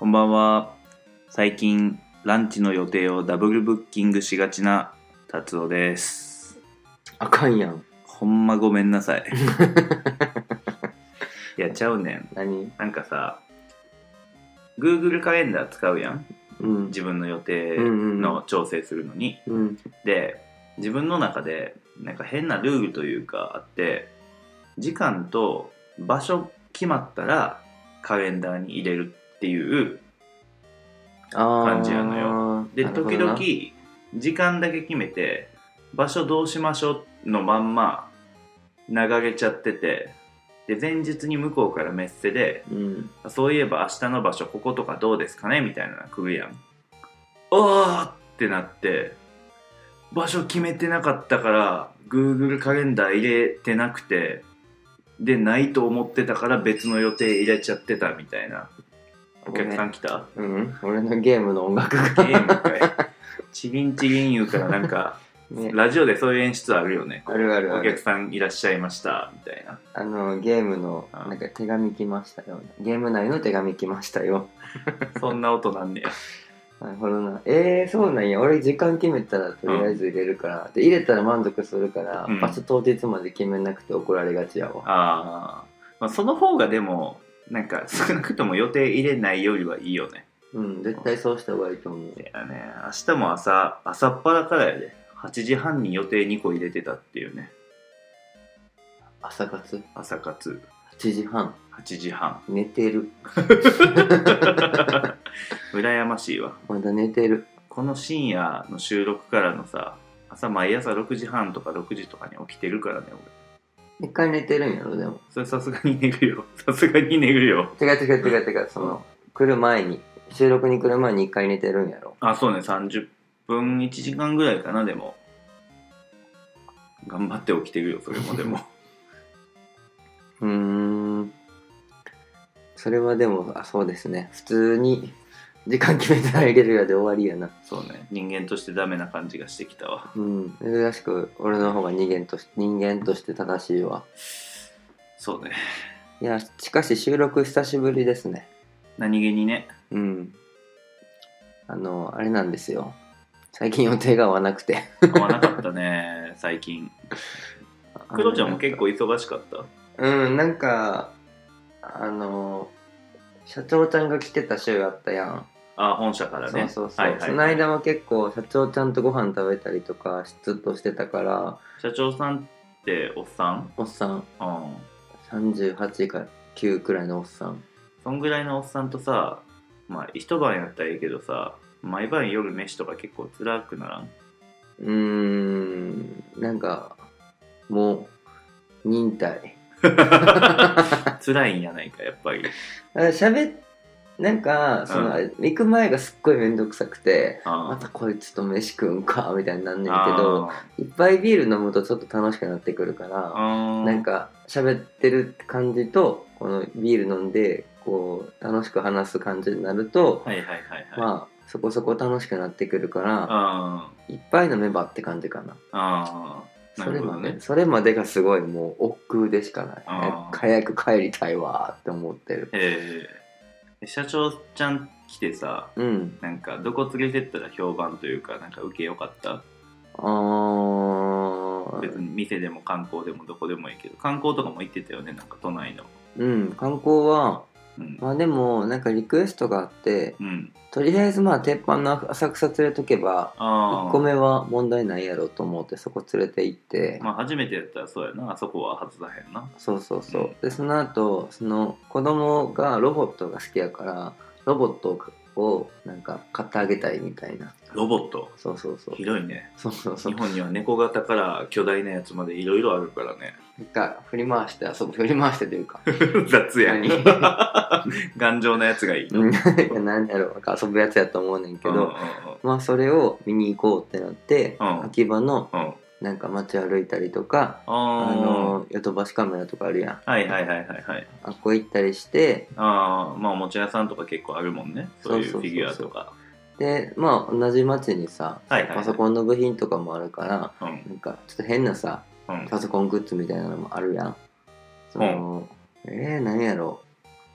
こんばんは。最近ランチの予定をダブルブッキングしがちな達夫です。 あかんやん。 ほんまごめんなさい。いやちゃうねん。 何？ なんかさ、Google カレンダー使うやん。 うん。 自分の予定の調整するのに。 うん。 で、自分の中でなんか変なルールというかあって、時間と場所決まったらカレンダーに入れるっていう感じやのよ。で、時々時間だけ決めて場所どうしましょうのまんま流れちゃってて、で前日に向こうからメッセで、そういえば明日の場所こことかどうですかねみたいなの来るやん。あーってなって場所決めてなかったから Google カレンダー入れてなくて、でないと思ってたから別の予定入れちゃってたみたいな。お客さん来た？ 俺のゲームの音楽がゲームかい。チリンチリン言うからなんか、ね、ラジオでそういう演出あるよね。 あるあるある。 お客さんいらっしゃいましたみたいな。 ゲームのなんか手紙来ましたよ。ゲーム内の手紙来ましたよ。 そんな音なんねや。 なるほどな。そうなんや。俺時間決めたらとりあえず入れるから、で入れたら満足するから、場所当日まで決めなくて怒られがちやわ。 まあ、その方がでもなんか少なくとも予定入れないよりはいいよね。 絶対そうした方がいいと思う。いやね、明日も朝っぱらからやで。8時半に予定2個入れてたっていうね。 朝活 8 時半寝てる。 羨ましいわ。 まだ寝てる。 この深夜の収録からのさ、毎朝6時半とか6時とかに起きてるからね俺。一回寝てるんやろ。でもそれさすがに寝るよ。違うその来る前に、収録に来る前に一回寝てるんやろ。 そうね、30分1時間ぐらいかな。でも頑張って起きてるよ。それもでもそれはでもそうですね。普通に時間決めたら入れるやで終わりやな。 そうね、人間としてダメな感じがしてきたわ。 珍しく俺の方が人間として正しいわ。 そうね。 いや、しかし収録久しぶりですね。 何気にね。 あれなんですよ。最近予定が合わなくて合わなかったね最近。クロちゃんも結構忙しかった？ なんか社長ちゃんが来てた週あったやん。 本社からね。 そう、その間も結構社長ちゃんとご飯食べたりとかずっとしてたから。 社長さんっておっさん 38か9くらいのおっさん。 そんぐらいのおっさんとさ、まあ一晩やったらいいけどさ、毎晩夜飯とか結構辛くならん？ なんかもう忍耐辛いんやないかやっぱり。 なんか行く前がすっごいめんどくさくて、またこいつと飯食うんかみたいになんねんけど、いっぱいビール飲むとちょっと楽しくなってくるから、なんか喋ってる感じとこのビール飲んでこう楽しく話す感じになると、まあそこそこ楽しくなってくるから、いっぱい飲めばって感じかな。それまでがすごいもう億劫でしかない。早く帰りたいわって思ってる。 社長ちゃん来てさ、なんかどこ連れてったら評判というか、なんか受けよかった？別に店でも観光でもどこでもいいけど、観光とかも行ってたよね、なんか都内の。 観光はまあでもなんかリクエストがあって、とりあえずまあ鉄板の浅草連れとけば1個目は問題ないやろと思ってそこ連れて行って、 初めてやったらそうやな、あそこは外さへんな。 そう、でその後その子供がロボットが好きやからロボットをなんか買ってあげたいみたいな。 ロボット？ そう広いね。 そう日本には猫型から巨大なやつまでいろいろあるからね。 なんか振り回してというか雑やん頑丈なやつがいいの何やろう遊ぶやつやと思うねんけど、まあそれを見に行こうってなって、秋葉のなんか街歩いたりとか、ヨドバシカメラとかあるやん。あっこ行ったりして、 まあおもちゃ屋さんとか結構あるもんね、そういうフィギュアとか。 でまあ同じ街にさ、パソコンの部品とかもあるから、なんかちょっと変なさ、パソコングッズみたいなのもあるやん。何やろう、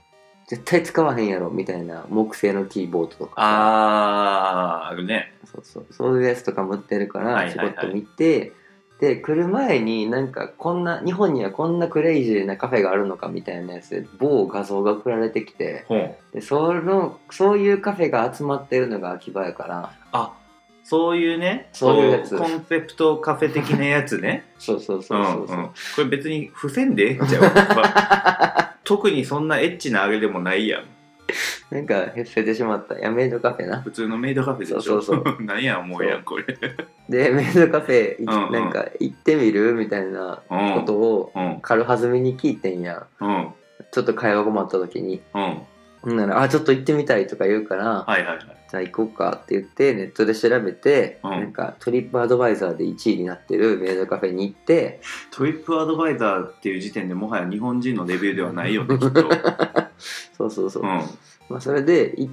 絶対使わへんやろみたいな木製のキーボードとかあるね。 そういうやつとか持ってるからちょこっと見て、で来る前になんかこんな日本にはこんなクレイジーなカフェがあるのかみたいなやつで某画像が送られてきて、でそういうカフェが集まってるのが秋葉やから、 あ、そういうね、 そういうやつコンセプトカフェ的なやつね。 そうこれ別に付箋でじゃあ特にそんなエッチなあれでもないやん。 なんかへっせてしまった。メイドカフェな。 普通のメイドカフェでしょ。そうなんや思うやんこれ。 でメイドカフェなんか行ってみるみたいなことを軽はずみに聞いてんや、ちょっと会話困った時に、ならちょっと行ってみたいとか言うから、じゃあ行こうかって言ってネットで調べて、なんかトリップアドバイザーで1位になってるメイドカフェに行って、 トリップアドバイザーっていう時点でもはや日本人のレビューではないよねきっと。 そう、まあ、それで行って、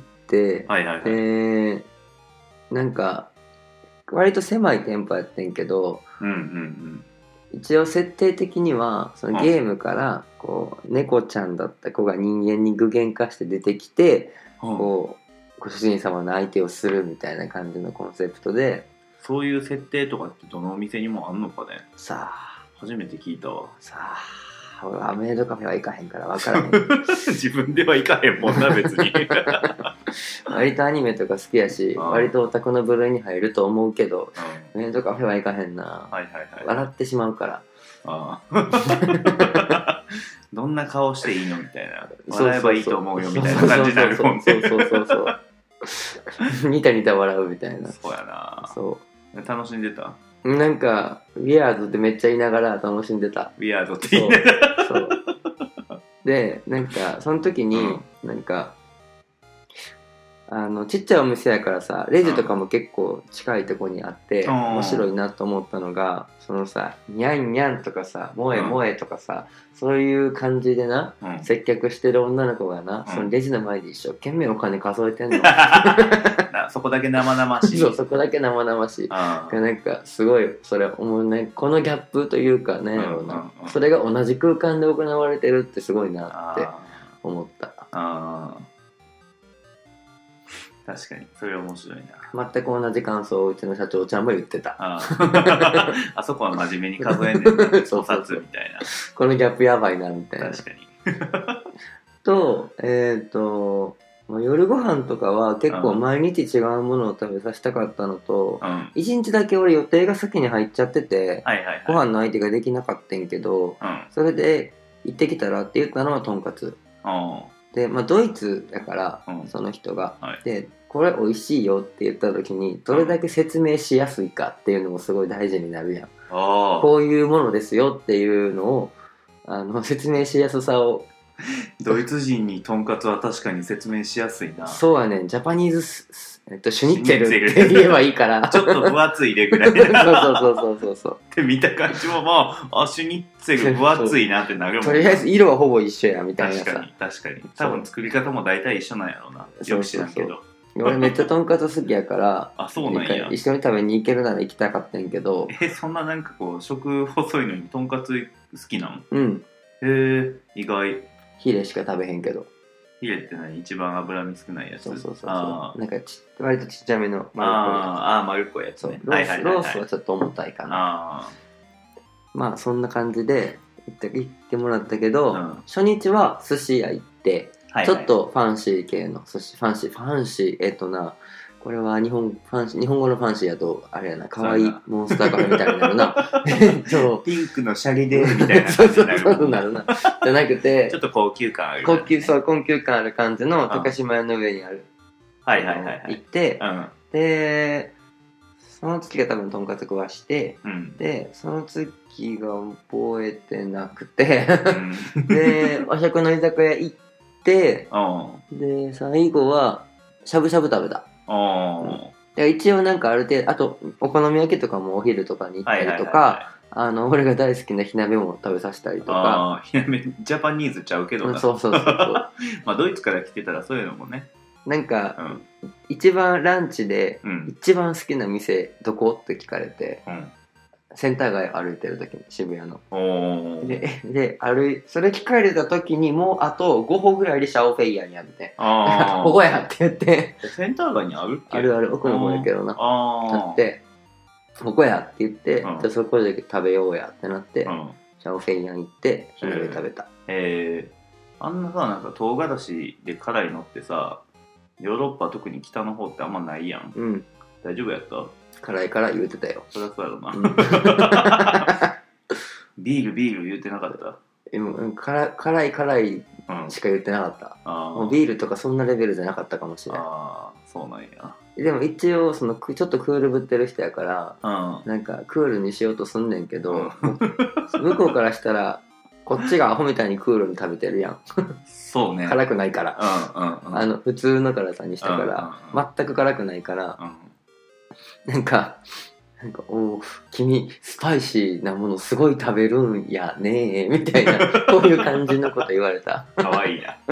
なんか割と狭い店舗やってんけど、一応設定的にはそのゲームからこう猫ちゃんだった子が人間に具現化して出てきて、こうご主人様の相手をするみたいな感じのコンセプトで。 そういう設定とかってどのお店にもあんのかね。 さあ初めて聞いたわ。 さあ俺はメイドカフェは行かへんから分からへん。 自分では行かへんもんな別に。 割とアニメとか好きやし、割とオタクの部類に入ると思うけど、メイドカフェは行かへんな、笑ってしまうから。 どんな顔していいのみたいな、笑えばいいと思うよみたいな感じになるもんね。 そうニタニタ笑うみたいな。 そうやな。 そう楽しんでた。 なんかウィアードってめっちゃ言いながら楽しんでた。 ウィアードって言いながら。 そうでなんかその時になんかちっちゃいお店やからさ、レジとかも結構近いとこにあって面白いなと思ったのが、そのさニャンニャンとかさ萌え萌えとかさ、そういう感じでな、接客してる女の子がな、そのレジの前で一生懸命お金数えてんの。 そこだけ生々しい。 そう、そこだけ生々しい。なんかすごいそれ思うね。このギャップというかね、それが同じ空間で行われてるってすごいなって思った。 確かにそれ面白いな。 全く同じ感想をうちの社長ちゃんも言ってた。 あそこは真面目に数えんねんな。お札みたいな。 このギャップやばいなみたいな。 確かに。 と夜ご飯とかは結構毎日違うものを食べさせたかったのと、一日だけ俺予定が先に入っちゃってて、ご飯の相手ができなかったんけど、それで行ってきたらって言ったのはとんかつで、ドイツだから、その人が、でこれ美味しいよって言った時にどれだけ説明しやすいかっていうのもすごい大事になるやん。こういうものですよっていうのを説明しやすさを。 ドイツ人にとんかつは確かに説明しやすいな。 そうやねん。ジャパニーズシュニッツェルって言えばいいからちょっと分厚いでぐらい。 そうで見た感じもシュニッツェル分厚いなってなるもん。 とりあえず色はほぼ一緒やみたいなさ。 確かに多分作り方も大体一緒なんやろうな。よく知らんけど。 俺めっちゃとんかつ好きやからそうなんや。 一緒に食べに行けるなら行きたかったんやけど。 そんななんかこう食細いのにとんかつ好きなの？意外。 ヒレしか食べへんけど。 ヒレって何？一番脂身少ないやつ。 そうなんか割とちっちゃめの丸っこいやつね。 ロースはちょっと重たいかな。まあそんな感じで行ってもらったけど、初日は寿司屋行って、ちょっとファンシー系の寿司、ファンシーこれは日本語のファンシーやとあれやな、可愛いモンスターカフェみたいになるな。 ピンクのシャリでみたいな感じになる。 そうなるな。じゃなくてちょっと高級感ある。 高級感ある感じの高島屋の上にある。行って、でその月が多分とんかつ食わして、でその月が覚えてなくてで和食の居酒屋行って、で最後はしゃぶしゃぶ食べた。一応なんかある程度、あとお好み焼きとかもお昼とかに行ったりとか、俺が大好きな火鍋も食べさせたりとか。 火鍋ジャパニーズちゃうけどな。 そうドイツから来てたらそういうのもね。 なんか、一番ランチで、一番好きな店どこって聞かれて、 センター街歩いてる時に渋谷のおでそれ聞かれた時にもうあと5歩ぐらいでシャオフェイヤーにあるねここやって言ってセンター街にあるっけ？ ある奥の方やけどなあってここやって言って、じゃあそこで食べようやってなって、シャオフェイヤー行って火鍋食べた。 あんなさ、なんか唐辛子で辛いのってさ、ヨーロッパ特に北の方ってあんまないやん。 うん。 大丈夫やった？ 辛いから言うてたよ。 そりゃそうやろな。ビール言うてなかった？ 辛いしか言ってなかった。もうビールとかそんなレベルじゃなかったかもしれない。 ああ、そうなんや。 でも一応ちょっとクールぶってる人やから、なんかクールにしようとすんねんけど、向こうからしたらこっちがアホみたいにクールに食べてるやん。 そうね。 辛くないから。普通の辛さにしたから、全く辛くないから、なんかお君スパイシーなものすごい食べるんやねみたいなこういう感じのこと言われた。 かわいいな。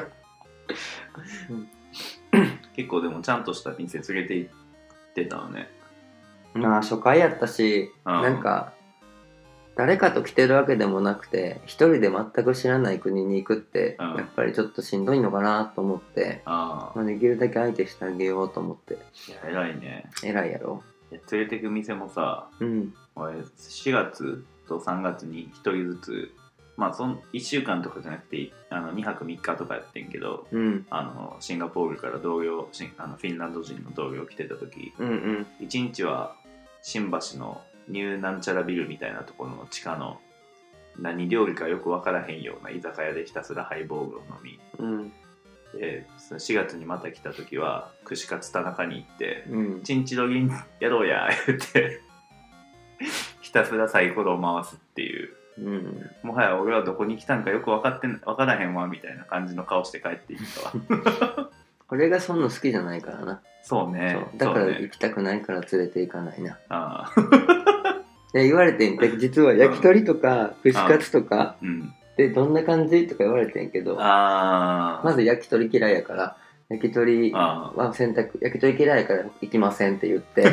結構でもちゃんとした店連れて行ってたのね。 まあ初回やったし、なんか誰かと来てるわけでもなくて一人で全く知らない国に行くって、やっぱりちょっとしんどいのかなと思って、できるだけ相手してあげようと思って。いや偉いね。 偉いやろ。 連れてく店もさ、俺4月と3月に1人ずつ、まあその1週間とかじゃなくて2泊3日とかやってんけど、シンガポールから同僚フィンランド人の同僚来てた時、1日は新橋のニューなんちゃらビルみたいなところの地下の何料理かよく分からへんような居酒屋でひたすらハイボールを飲み、で4月にまた来た時は串カツ田中に行ってチンチロギンやろうや言ってひたすらサイコロを回すっていう、もはや俺はどこに来たんかよく分からへんわみたいな感じの顔して帰っていったわ。 俺がそんな好きじゃないからな。 そうね。 だから行きたくないから連れて行かないな。言われてんけど、実は焼き鳥とか串カツとかでどんな感じとか言われてんけど、まず焼き鳥嫌いやから焼き鳥は焼き鳥嫌いやから行きませんって言って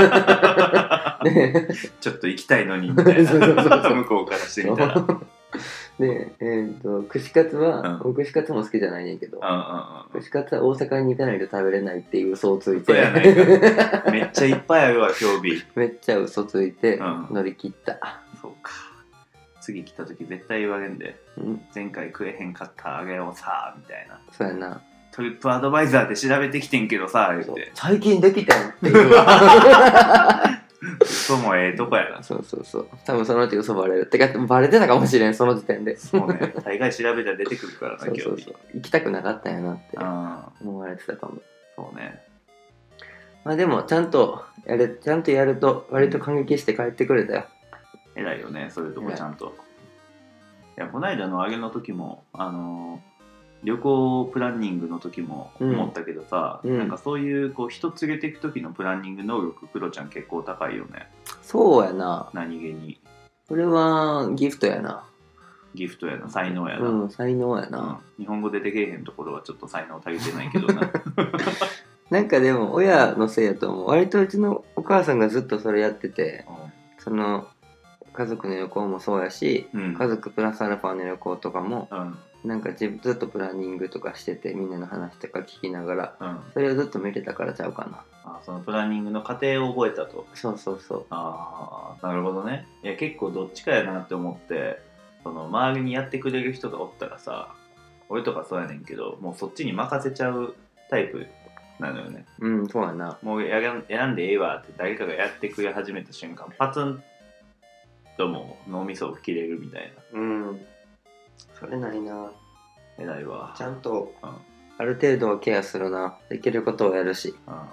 ちょっと行きたいのにみたいな向こうからしてみたらで、串カツは、串カツも好きじゃないねんけど、串カツは大阪に行かないと食べれないっていう嘘をついて、 そうやないかめっちゃいっぱいあるわ今日日。 めっちゃ嘘ついて乗り切った。 そうか。次来た時絶対言われんで、前回食えへんかったあげようさみたいな。 そうやな。 トリップアドバイザーで調べてきてんけどさ言って、 最近できたんっていう嘘もええとこやな。 そう多分そのうち嘘バレるってかバレてたかもしれん、その時点で。 そうね、大概調べたら出てくるからな。今日行きたくなかったんやなって思われてたかも。 そうね。 まあでもちゃんとやると割と感激して帰ってくれたよ。 偉いよね、そういうとこちゃんと。いやこないだのあげの時も旅行プランニングの時も思ったけどさ、なんかそういう人連れていく時のプランニング能力クロちゃん結構高いよね。 そうやな。 何気にこれはギフトやな。 ギフトやな、才能やな。 才能やな、 日本語出てけえへんところはちょっと才能足りてないけどな。 なんかでも親のせいやと思う。割とうちのお母さんがずっとそれやってて、その家族の旅行もそうやし、家族プラスアルファの旅行とかも、なんかずっとプランニングとかしてて、みんなの話とか聞きながら、それをずっと見てたからちゃうかな。 そのプランニングの過程を覚えたと。 そう。 なるほどね。いや結構どっちかやなって思って、その周りにやってくれる人がおったらさ、俺とかそうやねんけど、もうそっちに任せちゃうタイプなのよね。 そうやな。 もう選んでええわって誰かがやってくれ始めた瞬間、パツンともう脳みそを切れるみたいな。 それないな。 偉いわ。 ちゃんと、ある程度はケアするな。できることをやるし。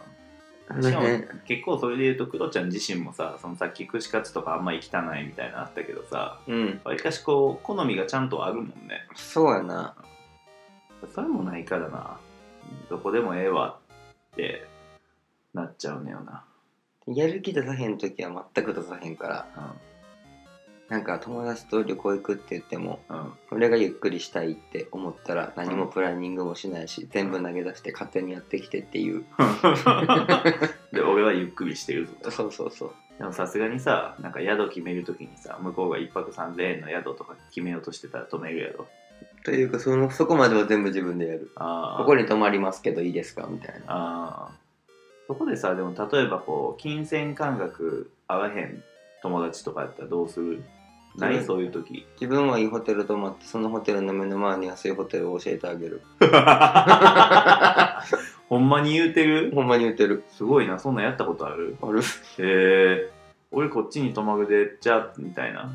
結構それで言うとクロちゃん自身もさ、そのさっき串カツとかあんまり汚いみたいなのあったけどさ、わりかし好みがちゃんとあるもんね。 そうやな。 それもないからな、どこでもええわってなっちゃうねよな。 やる気出さへん時は全く出さへんから、なんか友達と旅行行くって言っても、俺がゆっくりしたいって思ったら何もプランニングもしないし、全部投げ出して勝手にやってきてっていう。 で俺はゆっくりしてるぞ。 そう。 でもさすがにさ、なんか宿決めるときにさ、向こうが1泊3000円の宿とか決めようとしてたら止めるやろ。 というかそこまでは全部自分でやる。ここに泊まりますけどいいですかみたいな。 そこでさ、でも例えばこう金銭感覚合わへん友達とかやったらどうする？ないそういう時。 自分はいいホテル泊まって、そのホテルの目の前に安いホテルを教えてあげる。 ほんまに言うてる？ ほんまに言うてる。 すごいな、そんなんやったことある？ ある。 俺こっちに泊まるで、じゃあみたいな。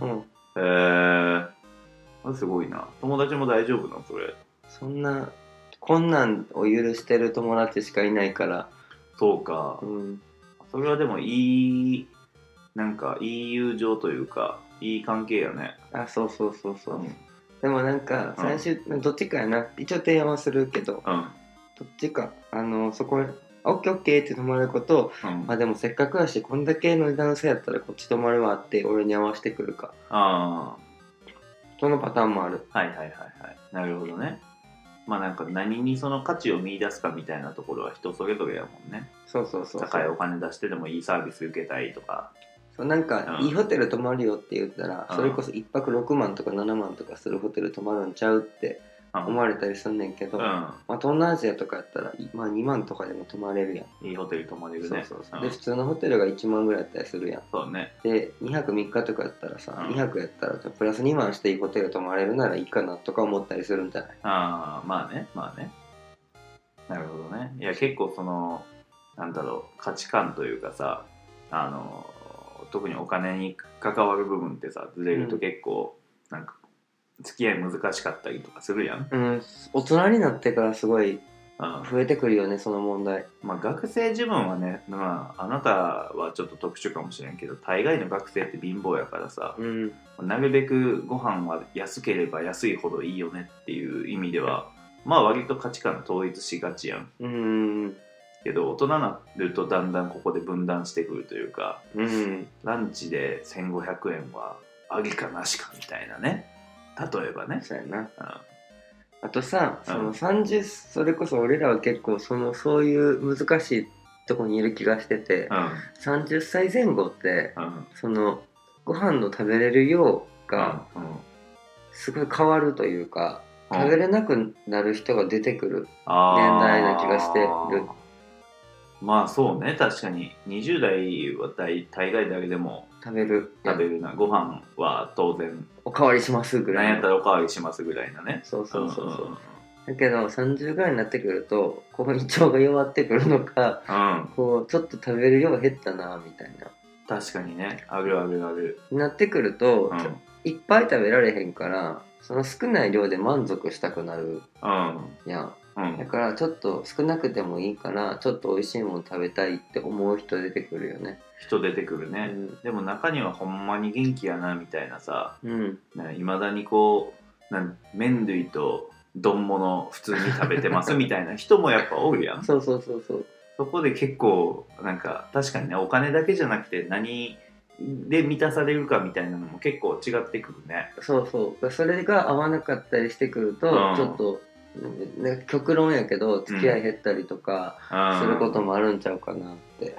すごいな。友達も大丈夫なのそれ？ そんなこんなんを許してる友達しかいないから。 そうか。それはでもなんかいい友情というかいい関係やね。 そう、でもなんか最終、どっちかやな。一応提案はするけど、どっちかそこにオッケーオッケーって泊まること、でもせっかくやしこんだけの男性やったらこっち泊まるわって俺に合わせてくるか。そのパターンもある。 はい。なるほどね。まあなんか何にその価値を見出すかみたいなところは人それぞれやもんね。 そう高いお金出してでもいいサービス受けたいとか。 なんかいいホテル泊まるよって言ったら、それこそ1泊6万とか7万とかするホテル泊まるんちゃうって思われたりすんねんけど、東南アジアとかやったら、2万とかでも泊まれるやん。 いいホテル泊まれるね。 で普通のホテルが1万ぐらいやったりするやん。 そうね。で 2泊3日とかやったらさ、2泊やったらプラス2万していいホテル泊まれるならいいかなとか思ったりするんじゃない？ まあね。なるほどね。いや結構なんだろう、価値観というかさ、特にお金に関わる部分ってさ、ずれると結構なんか付き合い難しかったりとかするやん。 大人になってからすごい増えてくるよね、その問題。 学生自分はね、あなたはちょっと特殊かもしれんけど、大概の学生って貧乏やからさ、なるべくご飯は安ければ安いほどいいよねっていう意味では割と価値観統一しがちやん。けど大人になるとだんだんここで分断してくるというか、ランチで1500円はありかなしかみたいなね。例えばね。 そうやな。あとさ、それこそ俺らは結構そういう難しいとこにいる気がしてて、30歳前後って、ご飯の食べれる量がすごい変わるというか、食べれなくなる人が出てくる年代な気がしてる。 そうね、確かに20代は大概誰でも食べるな。ご飯は当然おかわりしますぐらいなんやったらおかわりしますぐらいなね。 そうだけど30ぐらいになってくると胃腸が弱ってくるのか、ちょっと食べる量減ったなみたいな。 確かにね、あるなってくると、いっぱい食べられへんから、その少ない量で満足したくなるやん。だからちょっと少なくてもいいからちょっと美味しいもの食べたいって思う人出てくるよね。 出てくるね。でも中にはほんまに元気やなみたいなさ、いまだに麺類と丼物普通に食べてますみたいな人もやっぱおるやん。 そうそこで結構なんか確かにね、お金だけじゃなくて何で満たされるかみたいなのも結構違ってくるね。 それが合わなかったりしてくると、ちょっと極論やけど付き合い減ったりとかすることもあるんちゃうかなって。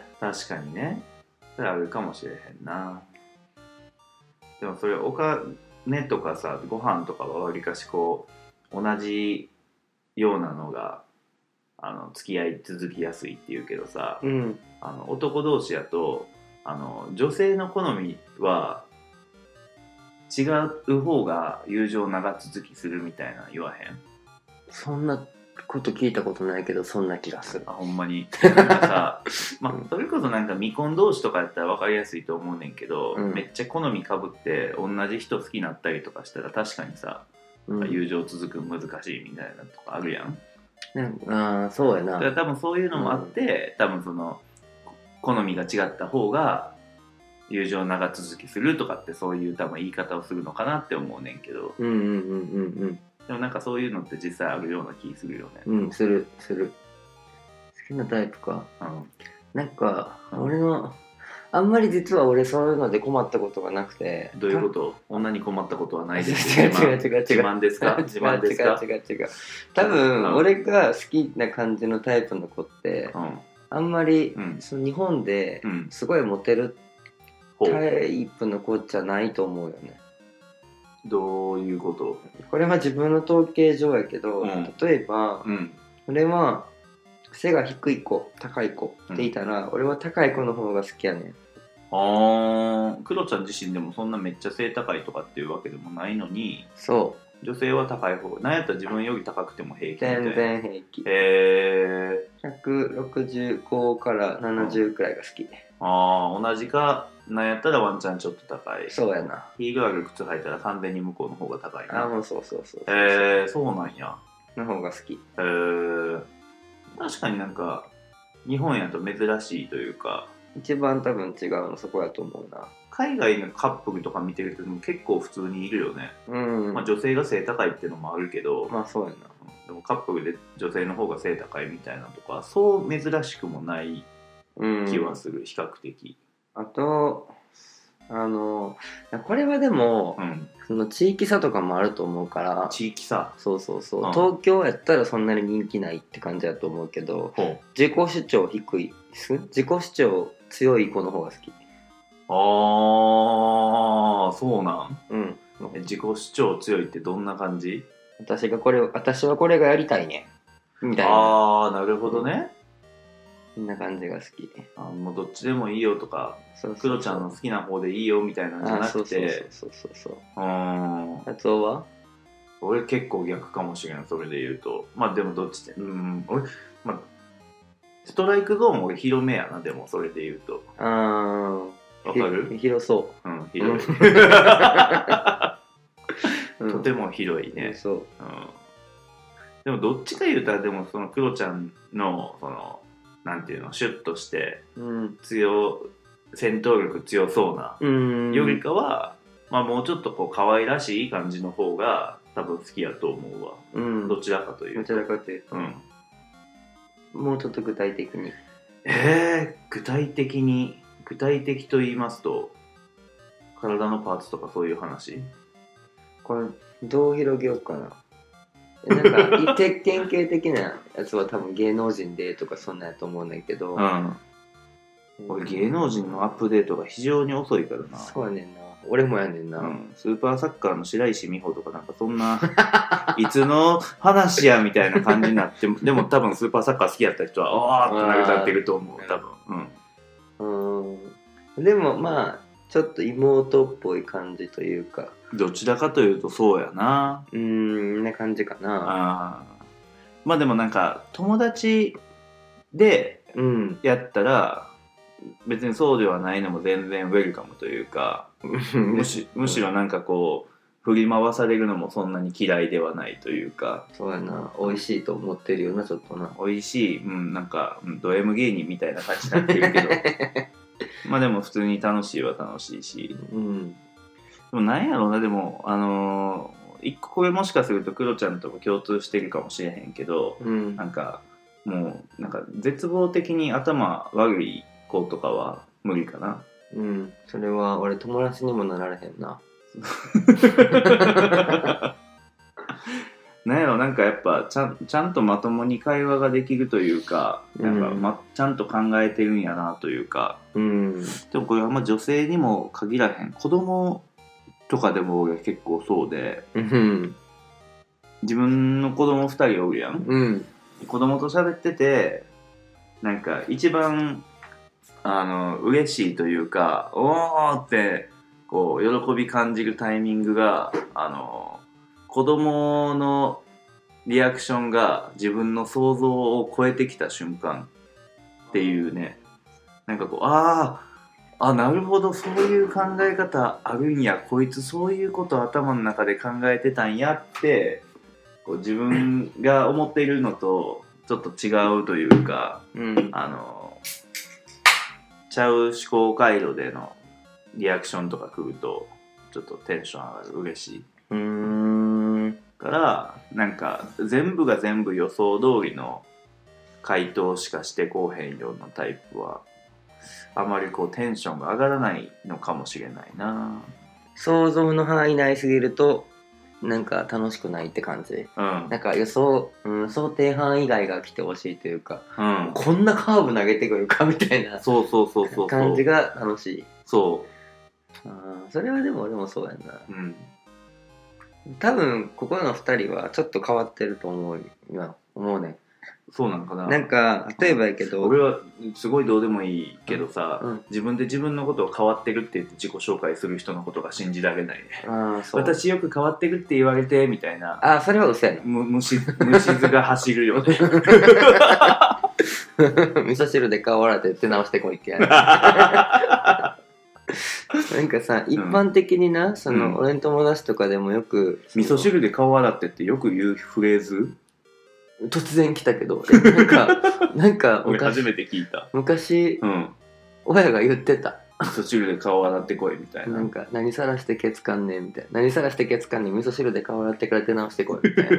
確かにね、それあるかもしれへんな。でもそれお金とかさ、ご飯とかはわりかし同じようなのが付き合い続きやすいっていうけどさ、男同士やと女性の好みは違う方が友情長続きするみたいな言わへん？ そんなこと聞いたことないけどそんな気がする。 ほんまになんかさそれこそなんか未婚同士とかやったら分かりやすいと思うねんけど、めっちゃ好みかぶって同じ人好きになったりとかしたら確かにさ、友情続く難しいみたいなとかあるやん。 そうやな。 だから多分そういうのもあって、多分好みが違った方が友情長続きするとかってそういう多分言い方をするのかなって思うねんけど、でもなんかそういうのって実際あるような気するよね。 する好きなタイプか。なんか俺のあんまり実は俺そういうので困ったことがなくて。 どういうこと？女に困ったことはないですよ。違う。 自慢ですか？自慢ですか？ 違う。多分俺が好きな感じのタイプの子って、あんまり日本ですごいモテるタイプの子じゃないと思うよね。 どういうこと？ これは自分の統計上やけど、例えば、俺は背が低い子高い子っていたら、俺は高い子の方が好きやねん。 クロちゃん自身でもそんなめっちゃ背高いとかっていうわけでもないのに、 そう女性は高い方、なんやったら自分より高くても平気みたいな。 全然平気。165から70くらいが好き。 同じか、なんやったらワンチャンちょっと高い。 そうやな。 ヒールある靴履いたら完全に向こうの方が高いな。 もうそう。 そうなんや。 の方が好き。 確かになんか、日本やと珍しいというか、 一番多分違うのそこやと思うな。 海外のカップルとか見てると結構普通にいるよね。まあ女性が背高いっていうのもあるけど、 まあそうやな。 でもカップルで女性の方が背高いみたいなとか、そう珍しくもない気はする、比較的。 あと、これはでも、その地域差とかもあると思うから。 地域差？ そう、東京やったらそんなに人気ないって感じだと思うけど、自己主張低い、自己主張強い子の方が好き。 そうなん？自己主張強いってどんな感じ？ 私はこれがやりたいねみたいな。 なるほどね。 そんな感じが好き。 もうどっちでもいいよとか、クロちゃんの好きな方でいいよみたいなんじゃなくて。 達夫は？ 俺結構逆かもしれない、それで言うと。まあでもどっちで、俺、ストライクゾーン俺広めやな、でもそれで言うと。わかる？ 広そう。 広い。とても広いね。でもどっちか言うたら、でもそのクロちゃんのそのなんていうの、シュッとして戦闘力強そうなよりかは、もうちょっとこう可愛らしい感じの方が多分好きやと思うわ。どちらかというと。 もうちょっと具体的に。 具体的と言いますと、体のパーツとかそういう話？ これどう広げようかな。なんか鉄拳系的なやつは多分芸能人でとかそんなんやと思うんだけど、 俺芸能人のアップデートが非常に遅いからな。 そうやねんな。俺もやねんな。 スーパーサッカーの白石美帆とかなんかそんないつの話やみたいな感じになってでも多分スーパーサッカー好きやった人はってなりたってると思う、多分。でもまあちょっと妹っぽい感じというか、 どちらかというとそうやな。 な感じかな。 まあでもなんか友達でやったら、別にそうではないのも全然ウェルカムというかむしろなんかこう振り回されるのもそんなに嫌いではないというか。 そうやな。美味しいと思ってるよな、ちょっとな。 美味しい、なんかド M 芸人みたいな感じになってるけどまあでも普通に楽しいは楽しいし、でもなんやろうな、でも一個これもしかするとクロちゃんとも共通してるかもしれへんけど、なんかもうなんか絶望的に頭悪い子とかは無理かな。 それは俺友達にもなられへんな。 なんやろ、なんかやっぱちゃんとまともに会話ができるというか、なんかちゃんと考えてるんやなというか、でもこれは女性にも限らへん、子供とかでも俺結構そうで、自分の子供2人おるやん、子供と喋っててなんか一番嬉しいというか、おーってこう喜び感じるタイミングが子供のリアクションが自分の想像を超えてきた瞬間っていうね、なんかこうなるほど、そういう考え方あるんや、こいつそういうこと頭の中で考えてたんやってこう自分が思っているのとちょっと違うというか、ちゃう思考回路でのリアクションとか来るとちょっとテンション上がる、嬉しいからなんか全部が全部予想通りの回答しかしてこうへんようなタイプはあまりこうテンションが上がらないのかもしれないな。 想像の範囲内すぎるとなんか楽しくないって感じ、なんか想定範囲外が来てほしいというか、こんなカーブ投げてくるかみたいな感じが楽しい。 それはでも俺もそうやんな。 うん多分ここの2人はちょっと変わってると思うね。 そうなんかな。 なんか例えばやけど、 俺はすごいどうでもいいけどさ、 うん、 自分で自分のことを変わってるって言って自己紹介する人のことが信じられないね。 そう私よく変わってるって言われてみたいな。 それは嘘やな。 虫図が走るよね。 味噌汁で顔洗って手直してこいってやる。なんかさ、一般的にな、俺の友達とかでもよく味噌汁で顔洗ってってよく言うフレーズ突然来たけど、なんか俺初めて聞いた。 昔、親が言ってた。 味噌汁で顔洗ってこいみたいな。 なんか何さらしてケツかんねんみたいな。何さらしてケツかんねん、味噌汁で顔洗ってから手直してこいみたい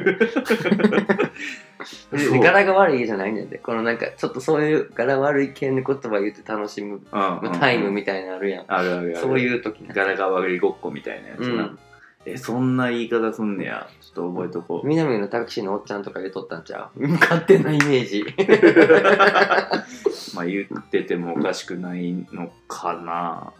な。柄が悪いじゃないねんで、このなんかちょっとそういう柄悪い系の言葉言って楽しむタイムみたいなのあるやん。 あるあるある。 そういう時な。 柄が悪いごっこみたいなやつな。そんな言い方すんねや。ちょっと覚えとこう。 南のタクシーのおっちゃんとか言うとったんちゃう？勝手なイメージ。 まあ言っててもおかしくないのかな。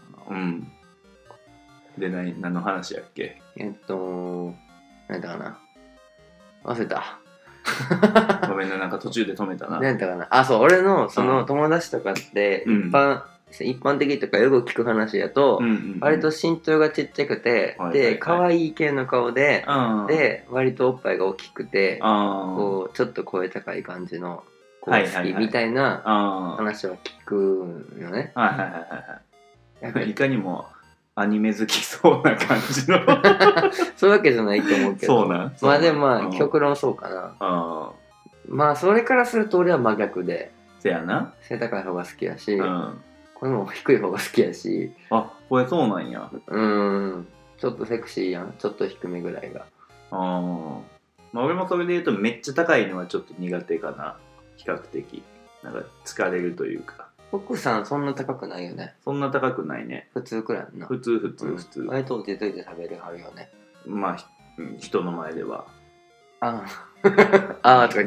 で、何の話やっけ？ 何だかな。忘れた。 ごめんな、なんか途中で止めたな。 何だかな。そう、俺のその友達とかって一般的とかよく聞く話やと、割と身長がちっちゃくて、で可愛い系の顔で、で割とおっぱいが大きくて、こうちょっと声高い感じの子が好きみたいな話は聞くよね。 いかにもアニメ好きそうな感じのそういうわけじゃないと思うけど、 そうなん。 まあでも極論そうかな。まあそれからすると俺は真逆で、 せやな、 背高い方が好きやし、これも低い方が好きやし。 これそうなんや。 ちょっとセクシーやん。ちょっと低めぐらいが。 まあ俺もそれで言うとめっちゃ高いのはちょっと苦手かな。比較的なんか疲れるというか。 奥さんそんな高くないよね。 そんな高くないね。 普通くらいな。 普通。 割と落ち着いて食べるはるよね。 まあ人の前では。 とか言って。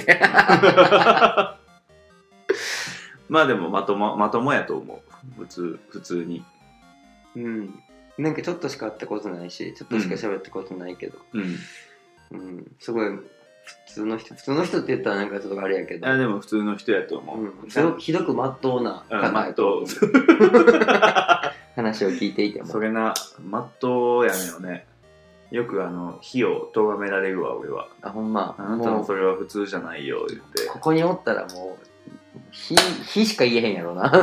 まあでもまともやと思う。普通に。 なんかちょっとしか会ったことないし、ちょっとしか喋ったことないけど、すごい普通の人って言ったらなんかちょっとあれやけど、 でも普通の人やと思う。ひどくまっとうな話を聞いていても、 それな、まっとうやねんよね。よく火を咎められるわ俺は。 ほんま。 あなたもそれは普通じゃないよ言って。 ここにおったらもう火しか言えへんやろな。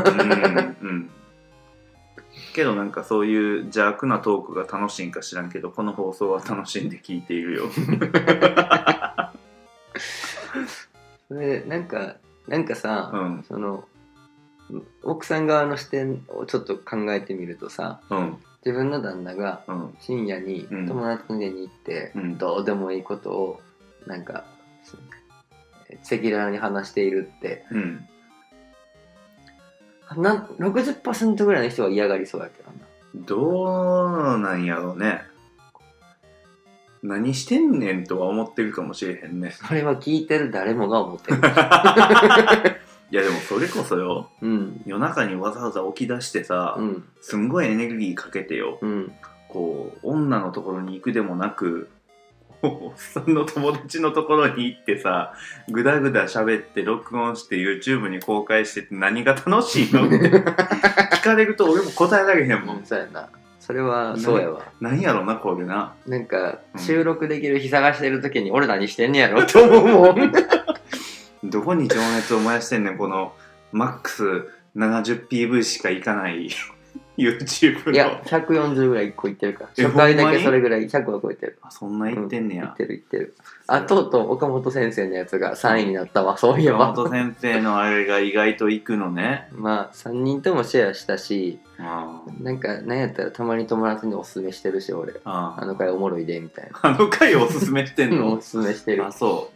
けどなんかそういう邪悪なトークが楽しいんか知らんけど、この放送は楽しんで聞いているよ。 それなんかさ、その奥さん側の視点をちょっと考えてみるとさ、自分の旦那が深夜に友達の家に行って、どうでもいいことをなんか赤裸々に話しているって、60% ぐらいの人は嫌がりそうやけどな。 どうなんやろうね。何してんねんとは思ってるかもしれへんね。 それは聞いてる誰もが思ってる。 いやでもそれこそよ、夜中にわざわざ起き出してさ、すんごいエネルギーかけてよ、こう女のところに行くでもなく、おっさんの友達のところに行ってさ、ぐだぐだ喋って録音して YouTube に公開してって何が楽しいのって聞かれると俺も答えられへんもん。 そうやな。それはそうやわ。 何やろなこれな。 なんか収録できる日探してる時に俺何してんねやろと思うもん。 どこに情熱を燃やしてんねんこのマックス 70PV しかいかない YouTube の。 いや140ぐらい1個いってるから初回だけそれぐらい100は超えてる。 そんないってんねや。 いってる。とうとう岡本先生のやつが3位になったわ。そういえば岡本先生のあれが意外といくのね。 まあ3人ともシェアしたし、なんか何やったらたまに友達におすすめしてるし俺、あの回おもろいでみたいな。 あの回おすすめしてんの？ おすすめしてる。 そう、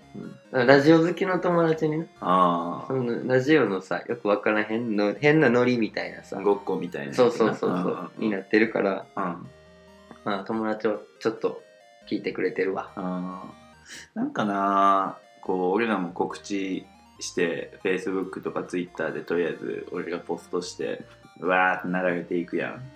ラジオ好きの友達にね、そのラジオのさよくわからん変なノリみたいなさ、 ごっこみたいなそうになってるから、まあ友達はちょっと聞いてくれてるわ。 なんかな、こう俺らも告知して Facebook とか Twitter でとりあえず俺がポストしてわーって流れていくやん。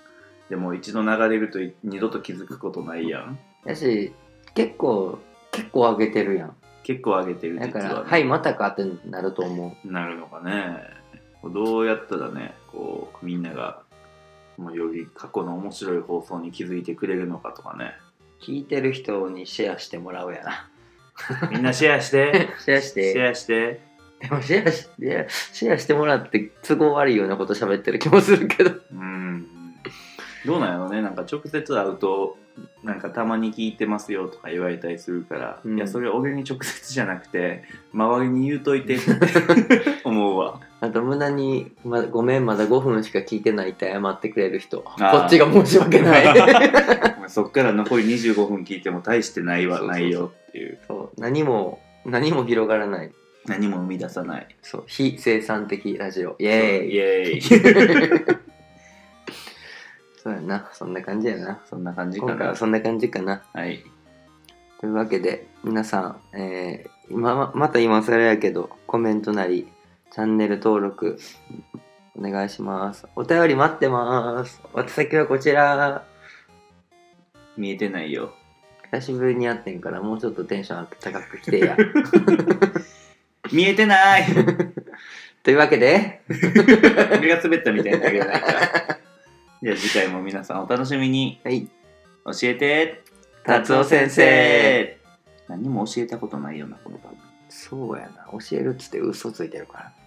でも一度流れると二度と気づくことないやん。 やし結構上げてるやん。 結構上げてる、 だから、 実は、 はいまたかってなると思なるのかね。どうやったらね、こうみんながもうより過去の面白い放送に気づいてくれるのかとかね。 う。聞いてる人にシェアしてもらうやな。 みんなシェアしてシェアしてシェアして。 でもシェアしてもらって都合悪いようなこと喋ってる気もするけど。 どうなんやろうね。なんか直接会うとなんかたまに聞いてますよとか言われたりするから、いやそれ俺に直接じゃなくて周りに言うといてって思うわ。 あと無駄に、ごめんまだ5分しか聞いてないって謝ってくれる人、こっちが申し訳ないそっから残り25分聞いても大してないわ。ないよっていう。 そう何も広がらない、 何も生み出さない。 そう非生産的ラジオイエーイイエーイそうやな、そんな感じやな。 そんな感じかな。 今回はそんな感じかな。 はい。 というわけで皆さん、また今更やけどコメントなりチャンネル登録お願いします。お便り待ってます。宛先はこちら。 見えてないよ。 久しぶりに会ってんからもうちょっとテンション高く来てや。 見えてないというわけで俺が滑ったみたいになげないから。じゃあ次回も皆さんお楽しみに。 はい。 教えて達夫先生。 何も教えたことないよなこの番組。 そうやな、教えるっつって嘘ついてるから。